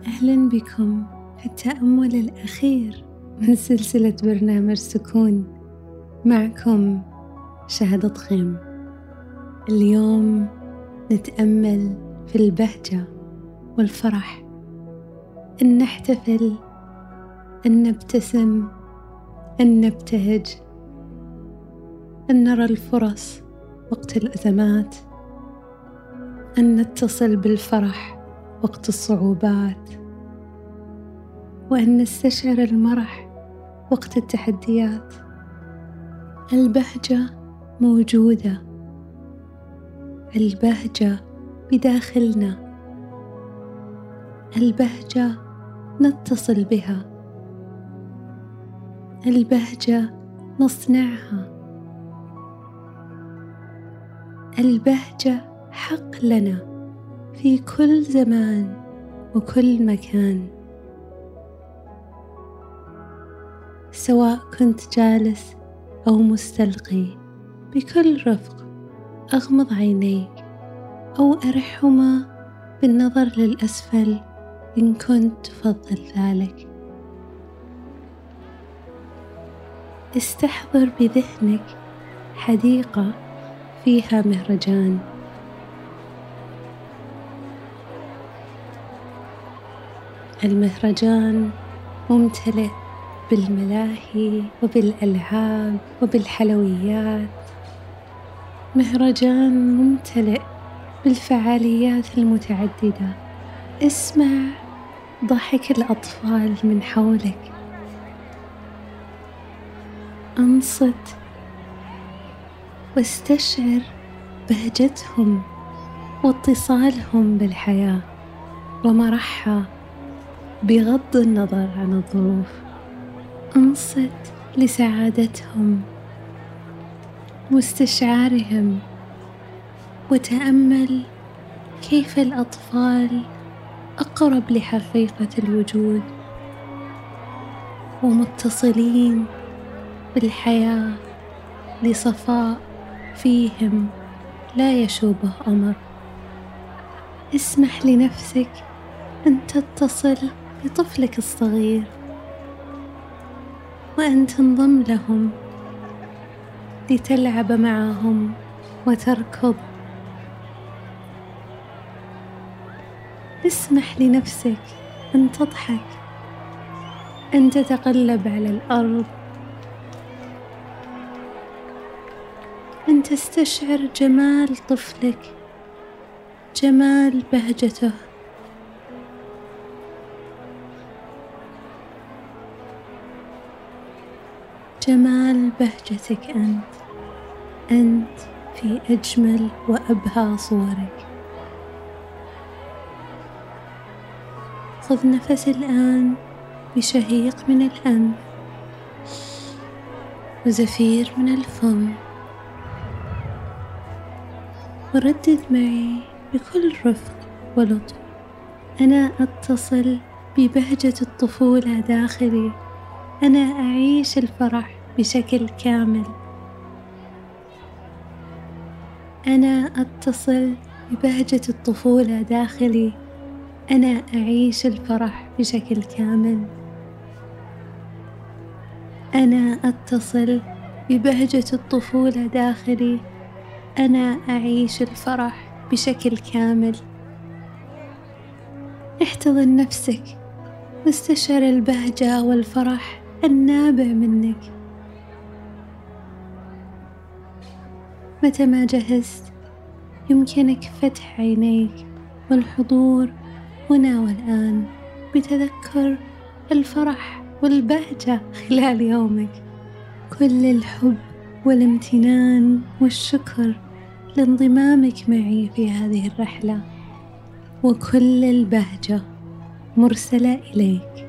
أهلا بكم في التأمل الأخير من سلسلة برنامج سكون. معكم شهد طخيم. اليوم نتأمل في البهجة والفرح، أن نحتفل، أن نبتسم، أن نبتهج، أن نرى الفرص وقت الأزمات، أن نتصل بالفرح وقت الصعوبات، وأن نستشعر المرح وقت التحديات. البهجة موجودة، البهجة بداخلنا، البهجة نتصل بها، البهجة نصنعها، البهجة حق لنا في كل زمان وكل مكان. سواء كنت جالس أو مستلقي، بكل رفق أغمض عينيك أو أرحهما بالنظر للأسفل إن كنت تفضل ذلك. استحضر بذهنك حديقة فيها مهرجان، المهرجان ممتلئ بالملاهي وبالألعاب وبالحلويات، مهرجان ممتلئ بالفعاليات المتعددة. اسمع ضحك الأطفال من حولك، أنصت واستشعر بهجتهم واتصالهم بالحياة ومرحها بغض النظر عن الظروف. أنصت لسعادتهم واستشعارهم، وتأمل كيف الأطفال أقرب لحقيقة الوجود ومتصلين بالحياة لصفاء فيهم لا يشوبه أمر. اسمح لنفسك أن تتصل بطفلك الصغير وأن تنضم لهم لتلعب معهم وتركض. اسمح لنفسك أن تضحك، أن تتقلب على الأرض، أن تستشعر جمال طفلك، جمال بهجته. جمال بهجتك أنت في أجمل وأبهى صورك. خذ نفس الآن بشهيق من الأنف وزفير من الفم، وردد معي بكل رفق ولطف: أنا أتصل ببهجة الطفولة داخلي، أنا أعيش الفرح بشكل كامل، أنا أتصل ببهجة الطفولة داخلي، أنا أعيش الفرح بشكل كامل، أنا أتصل ببهجة الطفولة داخلي، أنا أعيش الفرح بشكل كامل. احتضن نفسك واستشعر البهجة والفرح النابع منك. متى ما جهزت يمكنك فتح عينيك والحضور هنا والآن بتذكر الفرح والبهجة خلال يومك. كل الحب والامتنان والشكر لانضمامك معي في هذه الرحلة، وكل البهجة مرسلة إليك.